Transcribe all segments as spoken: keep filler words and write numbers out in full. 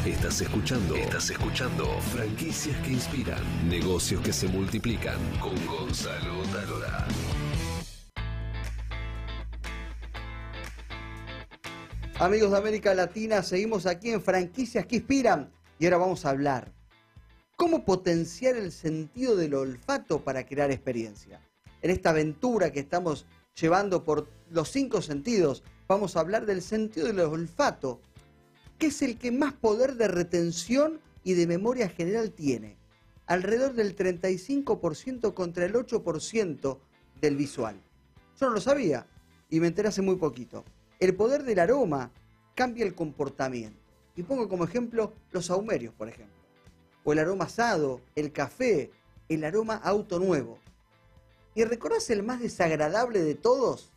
Estás escuchando, estás escuchando Franquicias que Inspiran, Negocios que se Multiplican, con Gonzalo Talora. Amigos de América Latina, seguimos aquí en Franquicias que Inspiran y ahora vamos a hablar cómo potenciar el sentido del olfato para crear experiencia. En esta aventura que estamos llevando por los cinco sentidos, vamos a hablar del sentido del olfato, que es el que más poder de retención y de memoria general tiene, alrededor del treinta y cinco por ciento contra el ocho por ciento del visual. Yo no lo sabía y me enteré hace muy poquito. El poder del aroma cambia el comportamiento. Y pongo como ejemplo los sahumerios, por ejemplo. O el aroma asado, el café, el aroma auto nuevo. ¿Y recordás el más desagradable de todos?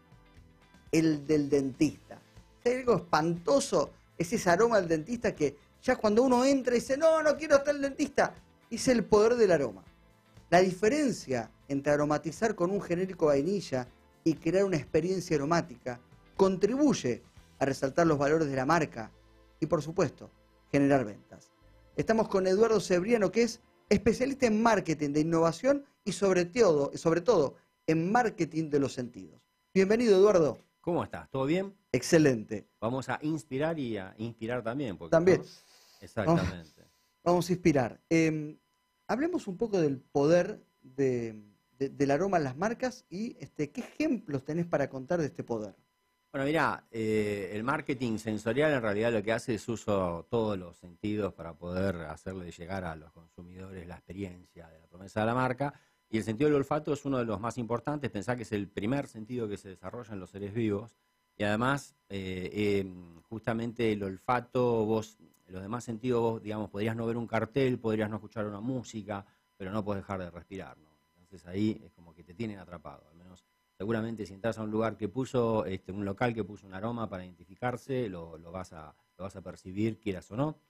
El del dentista. Si hay algo espantoso, es ese aroma del dentista que ya cuando uno entra y dice, no, no quiero estar el dentista. Es el poder del aroma. La diferencia entre aromatizar con un genérico vainilla y crear una experiencia aromática contribuye a resaltar los valores de la marca y, por supuesto, generar ventas. Estamos con Eduardo Cebriano, que es especialista en marketing de innovación y sobre todo, sobre todo en marketing de los sentidos. Bienvenido, Eduardo. ¿Cómo estás? ¿Todo bien? Excelente. Vamos a inspirar y a inspirar también. Porque, también. ¿no? Exactamente. Vamos, vamos a inspirar. Eh, hablemos un poco del poder de, de, del aroma en las marcas y este, qué ejemplos tenés para contar de este poder. Bueno, mira, eh, el marketing sensorial en realidad lo que hace es uso todos los sentidos para poder hacerle llegar a los consumidores la experiencia de la promesa de la marca. Y el sentido del olfato es uno de los más importantes. Pensá que es el primer sentido que se desarrolla en los seres vivos. Y además, eh, eh, justamente el olfato, vos, los demás sentidos, vos, digamos, podrías no ver un cartel, podrías no escuchar una música, pero no podés dejar de respirar, ¿no? Entonces ahí es como que te tienen atrapado, al menos. Seguramente si entras a un lugar que puso, este, un local que puso un aroma para identificarse, lo, lo, vas a, lo vas a percibir, quieras o no.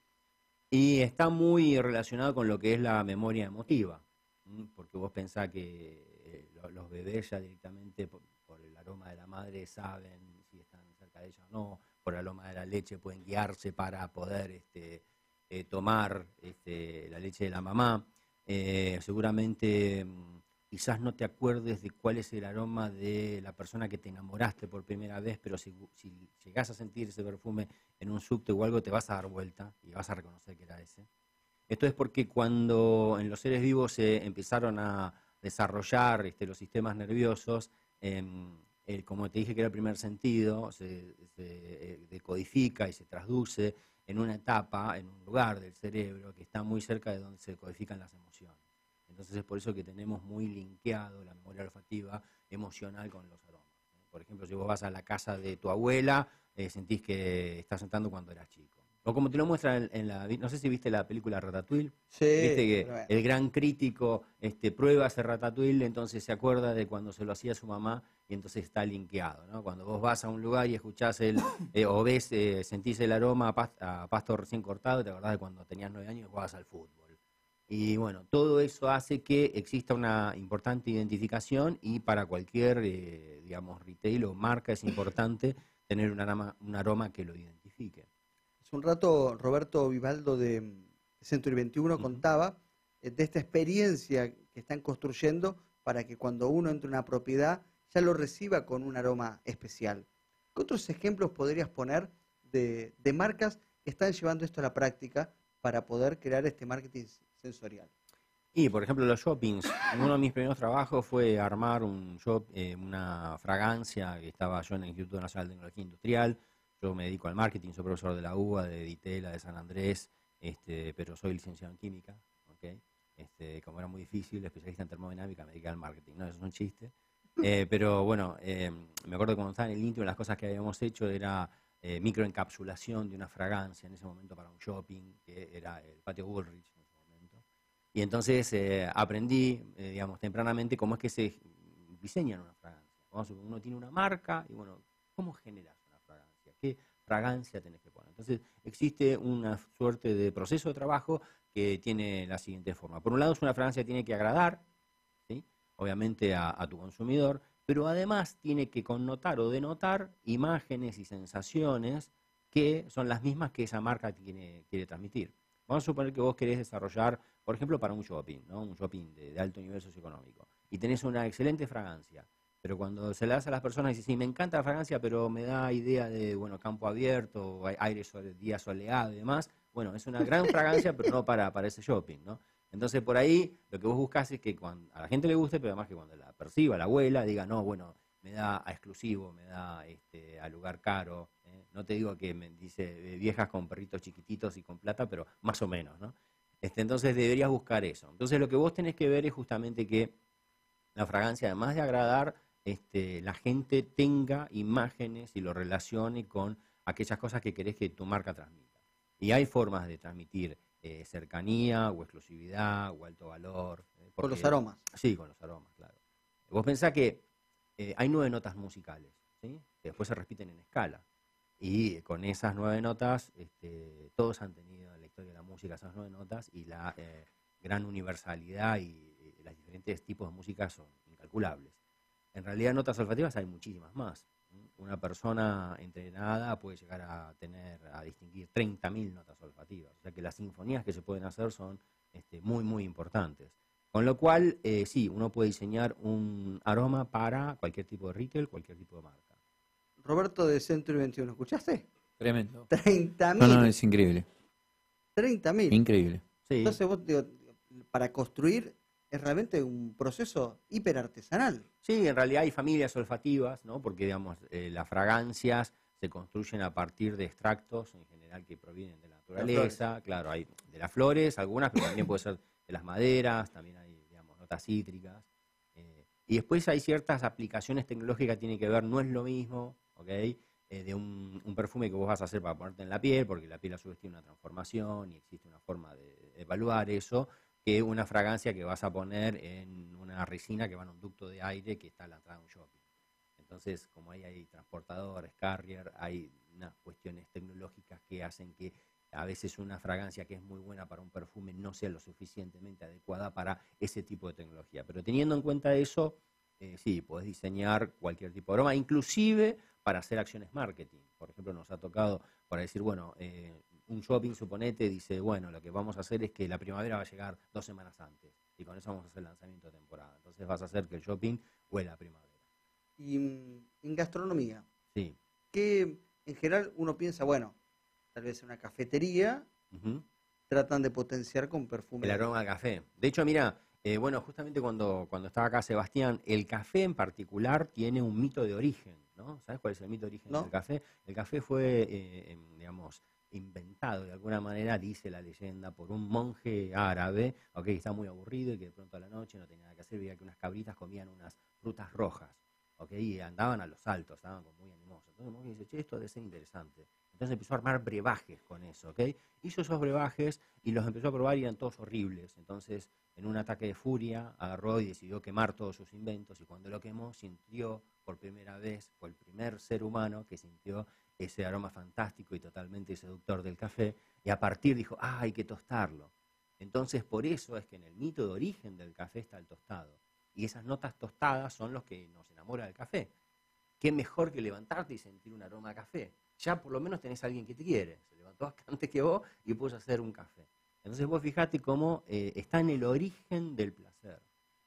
Y está muy relacionado con lo que es la memoria emotiva, ¿m? Porque vos pensás que eh, los bebés ya directamente por, por el aroma de la madre saben si están cerca de ella o no, por el aroma de la leche pueden guiarse para poder este, eh, tomar este, la leche de la mamá. Eh, seguramente... Quizás no te acuerdes de cuál es el aroma de la persona que te enamoraste por primera vez, pero si, si llegás a sentir ese perfume en un subte o algo, te vas a dar vuelta y vas a reconocer que era ese. Esto es porque cuando en los seres vivos se empezaron a desarrollar este, los sistemas nerviosos, eh, eh, como te dije que era el primer sentido, se, se eh, decodifica y se traduce en una etapa, en un lugar del cerebro que está muy cerca de donde se codifican las emociones. Entonces es por eso que tenemos muy linkeado la memoria olfativa emocional con los aromas. Por ejemplo, si vos vas a la casa de tu abuela, eh, sentís que estás sentando cuando eras chico. O como te lo muestra en, en la... No sé si viste la película Ratatouille. Sí. Viste que el gran crítico este, prueba ese Ratatouille, entonces se acuerda de cuando se lo hacía su mamá y entonces está linkeado, ¿no? Cuando vos vas a un lugar y escuchás el... Eh, o ves, eh, sentís el aroma a, past a pasto recién cortado, te acordás de cuando tenías nueve años y jugabas al fútbol. Y bueno, todo eso hace que exista una importante identificación y para cualquier, eh, digamos, retail o marca es importante tener un aroma, un aroma que lo identifique. Hace un rato Roberto Vivaldo de Century veintiuno uh-huh. contaba eh, de esta experiencia que están construyendo para que cuando uno entre a una propiedad ya lo reciba con un aroma especial. ¿Qué otros ejemplos podrías poner de, de marcas que están llevando esto a la práctica para poder crear este marketing sensorial? Y, por ejemplo, los shoppings. Uno de mis primeros trabajos fue armar un shop, eh, una fragancia que estaba yo en el Instituto Nacional de Tecnología Industrial. Yo me dedico al marketing, soy profesor de la U B A, de Ditela, de San Andrés, este, pero soy licenciado en química, ¿okay? Este, como era muy difícil, especialista en termodinámica, me dediqué al marketing, ¿no? Eso es un chiste. Eh, pero bueno, eh, me acuerdo que cuando estaba en el íntimo, las cosas que habíamos hecho era eh, microencapsulación de una fragancia en ese momento para un shopping, que era el Patio Bullrich en ese momento. Y entonces eh, aprendí, eh, digamos, tempranamente cómo es que se diseñan una fragancia. Uno tiene una marca y bueno, ¿cómo generas una fragancia? ¿Qué fragancia tenés que poner? Entonces existe una suerte de proceso de trabajo que tiene la siguiente forma. Por un lado, es una fragancia que tiene que agradar, ¿sí? Obviamente a, a tu consumidor, pero además tiene que connotar o denotar imágenes y sensaciones que son las mismas que esa marca tiene, quiere transmitir. Vamos a suponer que vos querés desarrollar, por ejemplo, para un shopping, ¿no? Un shopping de, de alto nivel socioeconómico, y tenés una excelente fragancia, pero cuando se la das a las personas, dices, sí, me encanta la fragancia, pero me da idea de, bueno, campo abierto, aire, sole, día soleado y demás. Bueno, es una gran fragancia, pero no para, para ese shopping, ¿no? Entonces, por ahí, lo que vos buscás es que cuando, a la gente le guste, pero además que cuando la perciba, la abuela, diga, no, bueno, me da a exclusivo, me da este, a lugar caro. ¿eh? No te digo que me dice eh, viejas con perritos chiquititos y con plata, pero más o menos, ¿no? Este, entonces, deberías buscar eso. Entonces, lo que vos tenés que ver es justamente que la fragancia, además de agradar, este, la gente tenga imágenes y lo relacione con aquellas cosas que querés que tu marca transmita. Y hay formas de transmitir eh, cercanía o exclusividad o alto valor. Eh, porque, con los aromas. Sí, con los aromas, claro. Vos pensás que eh, hay nueve notas musicales, ¿sí? Que después se repiten en escala. Y con esas nueve notas, este, todos han tenido en la historia de la música esas nueve notas y la eh, gran universalidad y, y los diferentes tipos de música son incalculables. En realidad, notas olfativas hay muchísimas más. Una persona entrenada puede llegar a tener, a distinguir treinta mil notas olfativas. O sea que las sinfonías que se pueden hacer son este, muy, muy importantes. Con lo cual, eh, sí, uno puede diseñar un aroma para cualquier tipo de retail, cualquier tipo de marca. Roberto de Century veintiuno, ¿escuchaste? Tremendo. treinta mil. No, no, es increíble. treinta mil. Increíble. Sí. Entonces, vos, digo, para construir es realmente un proceso hiperartesanal. Sí, en realidad hay familias olfativas, ¿no? Porque, digamos, eh, las fragancias se construyen a partir de extractos, en general, que provienen de la naturaleza. Claro, hay de las flores, algunas, pero también puede ser de las maderas, también hay, digamos, notas cítricas. Eh, y después hay ciertas aplicaciones tecnológicas que tienen que ver, no es lo mismo, ¿ok? Eh, de un, un perfume que vos vas a hacer para ponerte en la piel, porque la piel a su vez tiene una transformación y existe una forma de, de evaluar eso, que una fragancia que vas a poner en una resina que va en un ducto de aire que está a la entrada de un shopping. Entonces, como ahí hay transportadores, carrier, hay unas cuestiones tecnológicas que hacen que a veces una fragancia que es muy buena para un perfume no sea lo suficientemente adecuada para ese tipo de tecnología. Pero teniendo en cuenta eso, eh, sí, podés diseñar cualquier tipo de aroma, inclusive para hacer acciones marketing. Por ejemplo, nos ha tocado para decir, bueno, eh, un shopping, suponete, dice, bueno, lo que vamos a hacer es que la primavera va a llegar dos semanas antes y con eso vamos a hacer el lanzamiento de temporada. Entonces vas a hacer que el shopping huela a primavera. Y en gastronomía, Sí. que en general uno piensa, bueno, tal vez en una cafetería Uh-huh. tratan de potenciar con perfume. El aroma al café. De hecho, mira, eh, bueno, justamente cuando, cuando estaba acá Sebastián, el café en particular tiene un mito de origen, ¿no? ¿Sabes cuál es el mito de origen ¿No? del café? El café fue, eh, em, digamos, inventado de alguna manera, dice la leyenda, por un monje árabe, ok, que está muy aburrido y que de pronto a la noche no tenía nada que hacer, veía que unas cabritas comían unas frutas rojas, ok, y andaban a los saltos, estaban como muy animosos. Entonces el monje dice, che, esto debe ser interesante. Entonces empezó a armar brebajes con eso, ¿ok? Hizo esos brebajes y los empezó a probar y eran todos horribles. Entonces, en un ataque de furia, agarró y decidió quemar todos sus inventos y cuando lo quemó, sintió por primera vez, fue el primer ser humano que sintió ese aroma fantástico y totalmente seductor del café y a partir dijo, ah, hay que tostarlo. Entonces, por eso es que en el mito de origen del café está el tostado. Y esas notas tostadas son los que nos enamora del café. Qué mejor que levantarte y sentir un aroma a café. Ya por lo menos tenés a alguien que te quiere. Se levantó antes que vos y puedes hacer un café. Entonces vos fijate cómo eh, está en el origen del placer.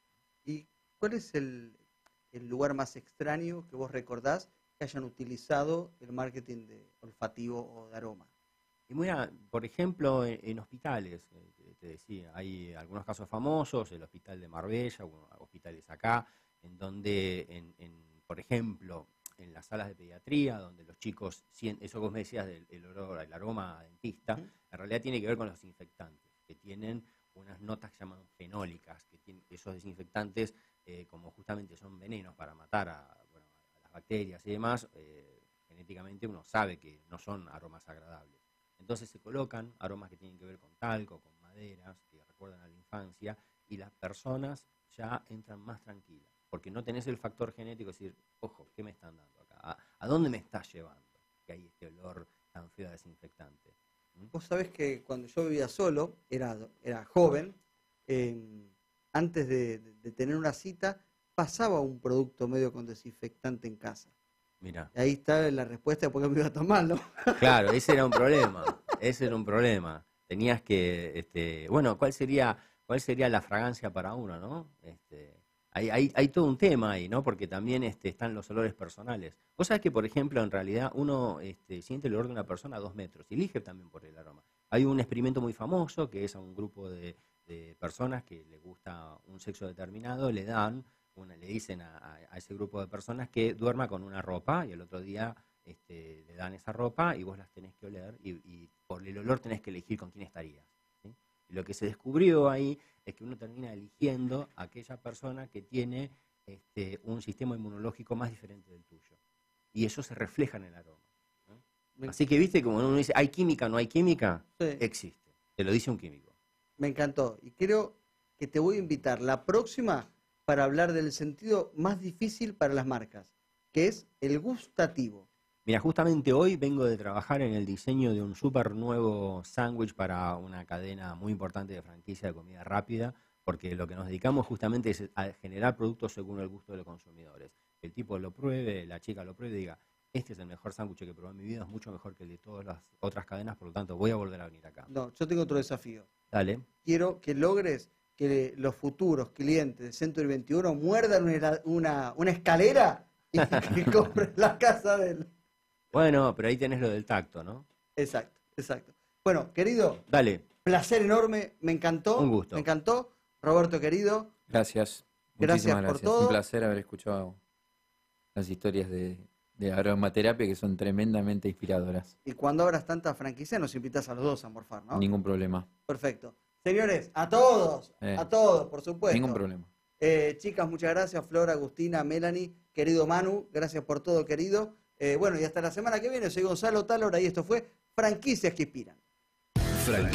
¿Y cuál es el, el lugar más extraño que vos recordás que hayan utilizado el marketing de olfativo o de aroma? Y mira, por ejemplo, en, en hospitales, eh, te, te decía, hay algunos casos famosos, el hospital de Marbella, o hospitales acá, en donde, en, en, por ejemplo, en las salas de pediatría, donde los chicos, eso que vos me decías del el olor, el aroma a dentista, uh-huh. En realidad tiene que ver con los desinfectantes, que tienen unas notas que se llaman fenólicas, que tienen esos desinfectantes, eh, como justamente son venenos para matar a, bueno, a las bacterias y demás, eh, genéticamente uno sabe que no son aromas agradables. Entonces se colocan aromas que tienen que ver con talco, con maderas, que recuerdan a la infancia, y las personas ya entran más tranquilas, porque no tenés el factor genético, es decir, ojo, ¿qué me están dando acá? ¿A, a dónde me estás llevando? Que hay este olor tan feo a desinfectante. ¿Mm? Vos sabés que cuando yo vivía solo, era, era joven, eh, antes de, de, de tener una cita, pasaba un producto medio con desinfectante en casa. Mira. Ahí está la respuesta de por qué me iba a tomar, ¿no? Claro, ese era un problema. Ese era un problema. Tenías que, este, bueno, ¿cuál sería, cuál sería la fragancia para uno, ¿no? Este, hay, hay, hay todo un tema ahí, ¿no? Porque también este, están los olores personales. Vos sabés que, por ejemplo, en realidad uno este, siente el olor de una persona a dos metros y elige también por el aroma. Hay un experimento muy famoso que es a un grupo de, de personas que les gusta un sexo determinado, le dan, una, le dicen a, a ese grupo de personas que duerma con una ropa y el otro día este, le dan esa ropa y vos las tenés que oler y, y por el olor tenés que elegir con quién estarías. ¿Sí? Y lo que se descubrió ahí es que uno termina eligiendo a aquella persona que tiene este, un sistema inmunológico más diferente del tuyo. Y eso se refleja en el aroma. ¿No? Así que, viste, como uno dice, ¿hay química, no hay química? Sí. Existe. Te lo dice un químico. Me encantó. Y creo que te voy a invitar la próxima para hablar del sentido más difícil para las marcas, que es el gustativo. Mira, justamente hoy vengo de trabajar en el diseño de un súper nuevo sándwich para una cadena muy importante de franquicia de comida rápida, porque lo que nos dedicamos justamente es a generar productos según el gusto de los consumidores. Que el tipo lo pruebe, la chica lo pruebe y diga, este es el mejor sándwich que probé en mi vida, es mucho mejor que el de todas las otras cadenas, por lo tanto voy a volver a venir acá. No, yo tengo otro desafío. Dale. Quiero que logres que los futuros clientes de Century veintiuno muerdan una, una, una escalera y que compren la casa del... Bueno, pero ahí tenés lo del tacto, ¿no? Exacto, exacto. Bueno, querido, dale. Placer enorme, me encantó. Un gusto. Me encantó. Roberto, querido. Gracias. Gracias Muchísimas por gracias. todo. Un placer haber escuchado las historias de, de aromaterapia que son tremendamente inspiradoras. Y cuando abras tanta franquicia nos invitas a los dos a morfar, ¿no? Ningún problema. Perfecto. Señores, a todos, Eh, a todos, por supuesto. Ningún problema. Eh, chicas, muchas gracias. Flor, Agustina, Melanie, querido Manu, gracias por todo, querido. Eh, bueno, y hasta la semana que viene. Soy Gonzalo Talora y esto fue Franquicias que Inspiran. Franquicias